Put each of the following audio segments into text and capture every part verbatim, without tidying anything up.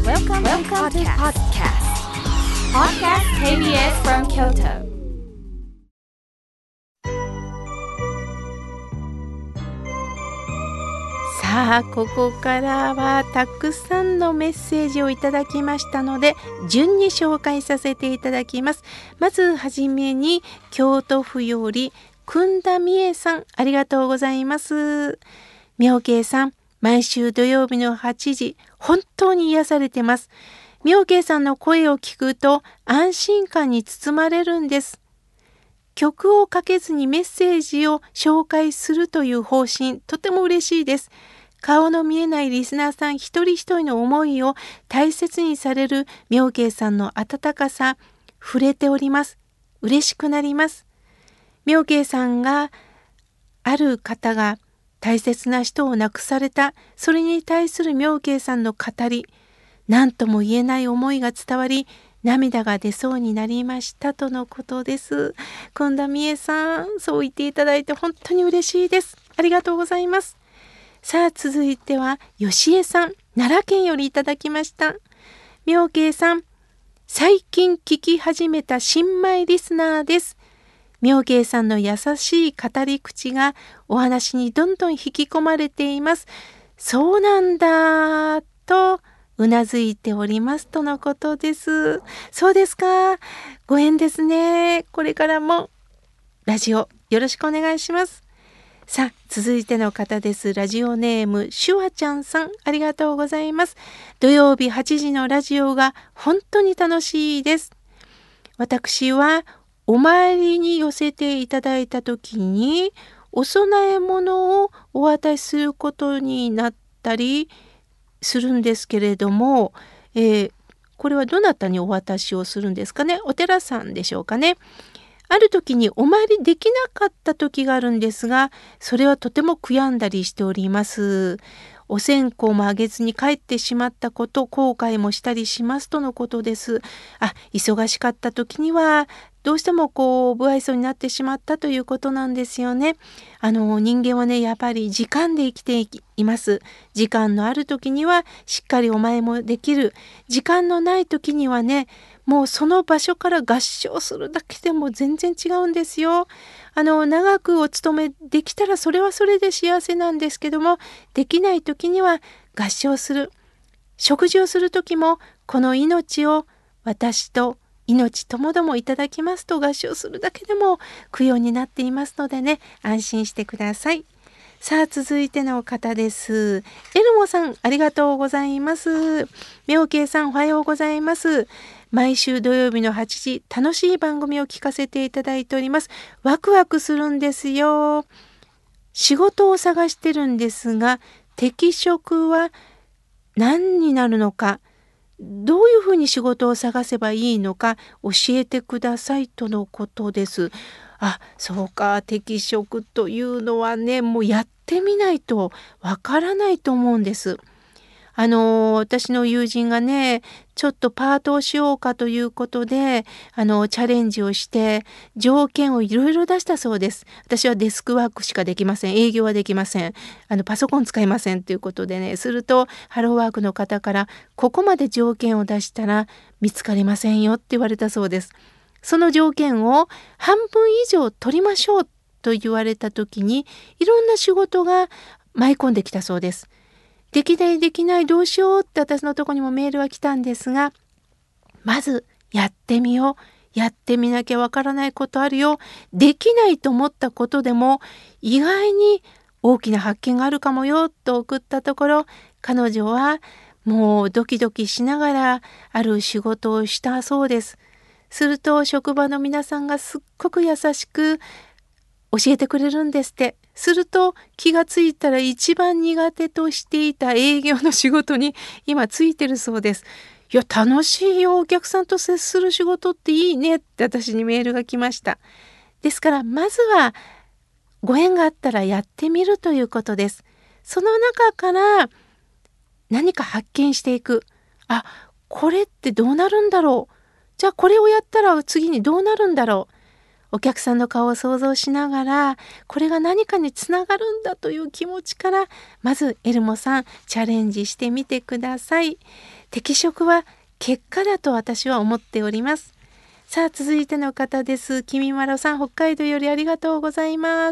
Welcome, Welcome to podcast. Podcast ケービーエス from Kyoto. さあ、ここからはたくさんのメッセージをいただきましたので、順に紹介させていただきます。まずはじめに、京都府よりく田美恵さん、ありがとうございます。妙慶さん、毎週土曜日のはちじ、本当に癒されてます。妙慶さんの声を聞くと安心感に包まれるんです。曲をかけずにメッセージを紹介するという方針、とても嬉しいです。顔の見えないリスナーさん一人一人の思いを大切にされる妙慶さんの温かさ、触れております。嬉しくなります。妙慶さんが、ある方が大切な人を亡くされた、それに対する妙慶さんの語り、何とも言えない思いが伝わり、涙が出そうになりましたとのことです。く田美恵さん、そう言っていただいて本当に嬉しいです。ありがとうございます。さあ、続いては吉江さん、奈良県よりいただきました。妙慶さん、最近聞き始めた新米リスナーです。妙慶さんの優しい語り口がお話にどんどん引き込まれています。そうなんだとうなずいておりますとのことです。そうですか。ご縁ですね。これからもラジオよろしくお願いします。さあ、続いての方です。ラジオネームシュワちゃんさん、ありがとうございます。土曜日はちじのラジオが本当に楽しいです。私はお参りに寄せていただいた時にお供え物をお渡しすることになったりするんですけれども、えー、これはどなたにお渡しをするんですかね。お寺さんでしょうかね。ある時にお参りできなかった時があるんですが、それはとても悔やんだりしております。お線香もあげずに帰ってしまったこと、後悔もしたりしますとのことです。あ、忙しかった時にはどうしてもこう不愛想になってしまったということなんですよね。あの人間はね、やっぱり時間で生きています。時間のある時にはしっかりお参りもできる。時間のない時にはね、もうその場所から合掌するだけでも全然違うんですよ。あの長くお勤めできたらそれはそれで幸せなんですけども、できない時には合掌する。食事をする時もこの命を私と命ともどもいただきますと合掌するだけでも供養になっていますのでね、安心してください。さあ、続いての方です。エルモさん、ありがとうございます。妙慶さん、おはようございます。毎週土曜日のはちじ、楽しい番組を聞かせていただいております。ワクワクするんですよ。仕事を探してるんですが、適職は何になるのか、どういうふうに仕事を探せばいいのか教えてくださいとのことです。あ、そうか、適職というのはね、もうやってみないとわからないと思うんです。あの私の友人がね、ちょっとパートをしようかということで、あのチャレンジをして条件をいろいろ出したそうです。私はデスクワークしかできません。営業はできません。あのパソコン使いませんということでね、するとハローワークの方からここまで条件を出したら見つかりませんよって言われたそうです。その条件を半分以上取りましょうと言われた時に、いろんな仕事が舞い込んできたそうです。できないできないどうしようって私のとこにもメールが来たんですが、まずやってみよう。やってみなきゃわからないことあるよ。できないと思ったことでも意外に大きな発見があるかもよと送ったところ、彼女はもうドキドキしながらある仕事をしたそうです。すると職場の皆さんがすっごく優しく教えてくれるんですって。すると気がついたら一番苦手としていた営業の仕事に今ついてるそうです。いや、楽しいよ。お客さんと接する仕事っていいねって私にメールが来ました。ですからまずはご縁があったらやってみるということです。その中から何か発見していく。あ、これってどうなるんだろう。じゃあこれをやったら次にどうなるんだろう。お客さんの顔を想像しながら、これが何かにつながるんだという気持ちから、まずエルモさんチャレンジしてみてください。 適職は結果だと私は思っております。さあ続いての方です。きみまろさん、北海道よりありがとうございます。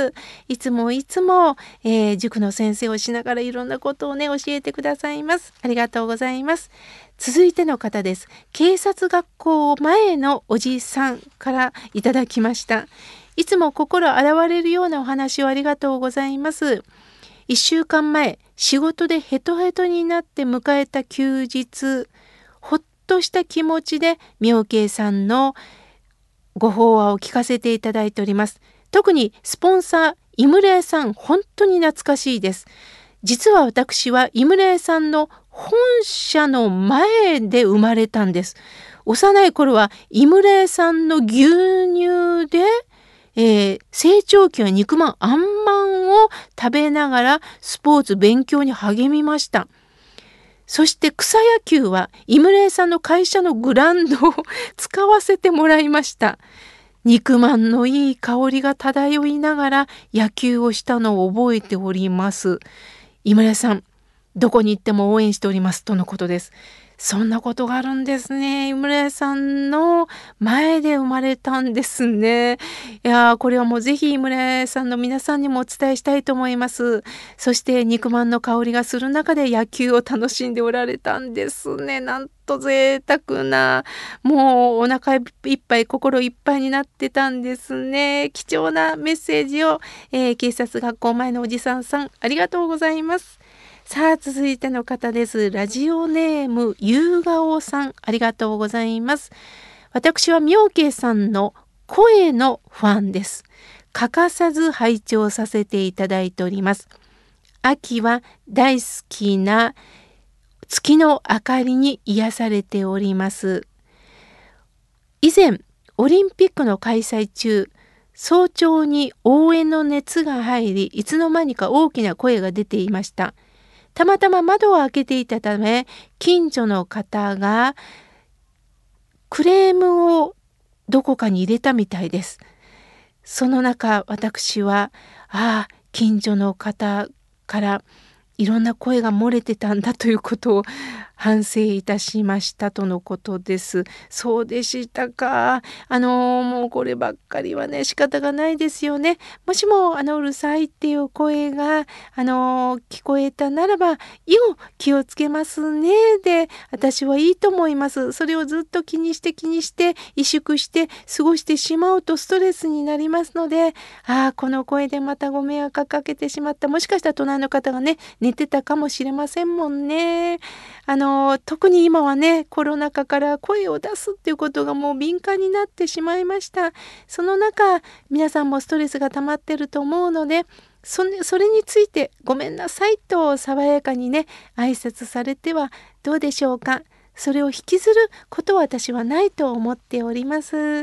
いつもいつも、えー、塾の先生をしながらいろんなことをね教えてくださいます。ありがとうございます。続いての方です。警察学校前のおじさんからいただきました。いつも心洗われるようなお話をありがとうございます。いっしゅうかんまえ、仕事でヘトヘトになって迎えた休日、ほっとした気持ちで妙慶さんのご法話を聞かせていただいております。特にスポンサー井村屋さん、本当に懐かしいです。実は私は井村屋さんの本社の前で生まれたんです。幼い頃は井村屋さんの牛乳で、えー、成長期は肉まんあんまんを食べながらスポーツ勉強に励みました。そして草野球は井村屋さんの会社のグラウンドを使わせてもらいました。肉まんのいい香りが漂いながら野球をしたのを覚えております。井村屋さん、どこに行っても応援しておりますとのことです。そんなことがあるんですね。井村屋さんの前で生まれたんですね。いやー、これはもうぜひ井村屋さんの皆さんにもお伝えしたいと思います。そして肉まんの香りがする中で野球を楽しんでおられたんですね。なんと贅沢な、もうお腹いっぱい心いっぱいになってたんですね。貴重なメッセージを、えー、警察学校前のおじさんさん、ありがとうございます。さあ続いての方です。ラジオネームゆうがおさん、ありがとうございます。私は妙慶さんの声のファンです。欠かさず拝聴させていただいております。秋は大好きな月の明かりに癒されております。以前オリンピックの開催中、早朝に応援の熱が入り、いつの間にか大きな声が出ていました。たまたま窓を開けていたため、近所の方がクレームをどこかに入れたみたいです。その中、私は、ああ、近所の方からいろんな声が漏れてたんだということを反省いたしましたとのことです。そうでしたか。あのもうこればっかりはね仕方がないですよね。もしもあのうるさいっていう声があの聞こえたならば以後気をつけますねで私はいいと思います。それをずっと気にして気にして萎縮して過ごしてしまうとストレスになりますので、ああこの声でまたご迷惑かけてしまった。もしかしたら隣の方がね寝てたかもしれませんもんね。あの特に今はねコロナ禍から声を出すっていうことがもう敏感になってしまいました。その中皆さんもストレスが溜まってると思うのでそれ、それについてごめんなさいと爽やかにね挨拶されてはどうでしょうか。それを引きずることは私はないと思っております。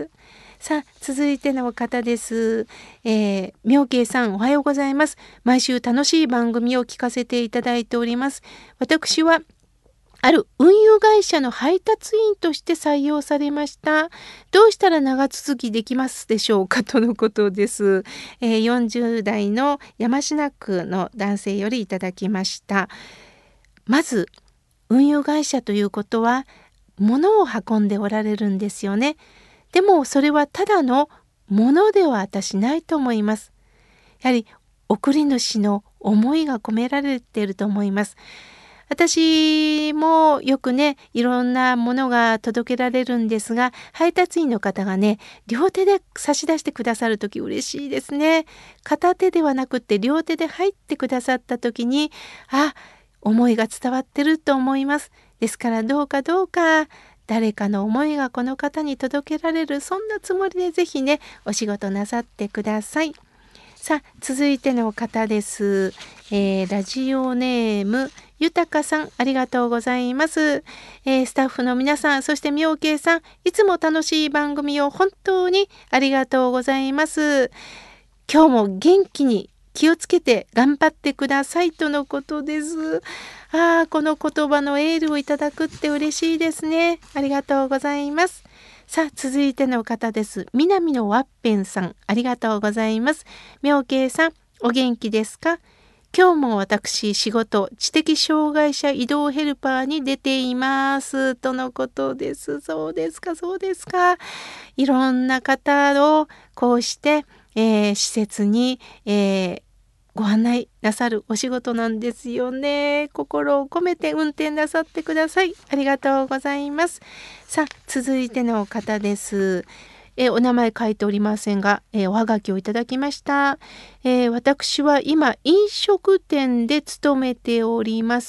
さあ続いての方です。えー、妙慶さんおはようございます。毎週楽しい番組を聞かせていただいております。私はある運輸会社の配達員として採用されました。どうしたら長続きできますでしょうかとのことです。えー、よんじゅう代の山科区の男性よりいただきました。まず運輸会社ということは物を運んでおられるんですよね。でもそれはただのものでは私ないと思います。やはり送り主の思いが込められていると思います。私もよくねいろんなものが届けられるんですが、配達員の方がね両手で差し出してくださるとき嬉しいですね。片手ではなくって両手で入ってくださったときにあ思いが伝わってると思います。ですからどうかどうか誰かの思いがこの方に届けられる、そんなつもりでぜひねお仕事なさってください。さあ続いての方です。えー、ラジオネームゆたかさんありがとうございます。えー、スタッフの皆さんそして妙慶さんいつも楽しい番組を本当にありがとうございます。今日も元気に気をつけて頑張ってくださいとのことです。ああこの言葉のエールをいただくって嬉しいですね。ありがとうございます。さあ続いての方です。南のワッペンさんありがとうございます。妙慶さんお元気ですか。 今日も私仕事知的障害者移動ヘルパーに出ていますとのことです。そうですかそうですか。いろんな方をこうして、えー、施設に、えー、ご案内なさるお仕事なんですよね。心を込めて運転なさってください。ありがとうございます。さあ続いての方です。えー、お名前書いておりませんが、えー、おはがきをいただきました。えー、私は今飲食店で勤めております。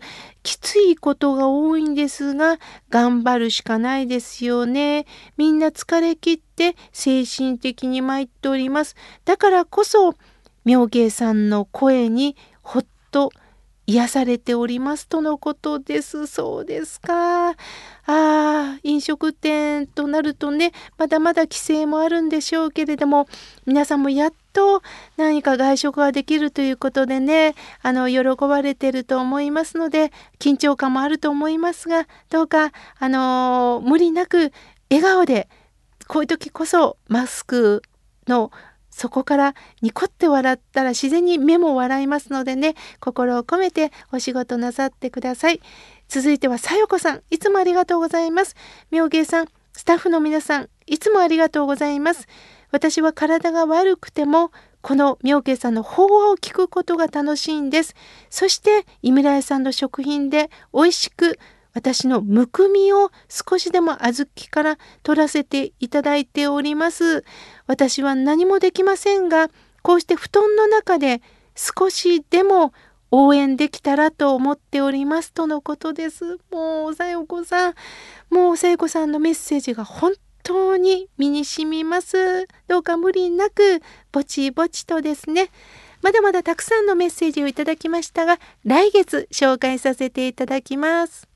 きついことが多いんですが頑張るしかないですよね。みんな疲れ切って精神的に参っております。だからこそ妙慶さんの声にほっと癒されておりますとのことです。そうですか。ああ、飲食店となるとね、まだまだ規制もあるんでしょうけれども、皆さんもやっと何か外食ができるということでね、あの喜ばれてると思いますので、緊張感もあると思いますが、どうかあの無理なく笑顔で、こういう時こそマスクのそこからニコって笑ったら自然に目も笑いますのでね、心を込めてお仕事なさってください。続いてはさよこさん、いつもありがとうございます。妙慶さん、スタッフの皆さん、いつもありがとうございます。私は体が悪くてもこの妙慶さんの法話を聞くことが楽しいんです。そして井村屋さんの食品で美味しく私のむくみを少しでも小豆から取らせていただいております。私は何もできませんが、こうして布団の中で少しでも応援できたらと思っておりますとのことです。もうさよこさん、もうさよこさんのメッセージが本当に身に染みます。どうか無理なくぼちぼちとですね。まだまだたくさんのメッセージをいただきましたが、来月紹介させていただきます。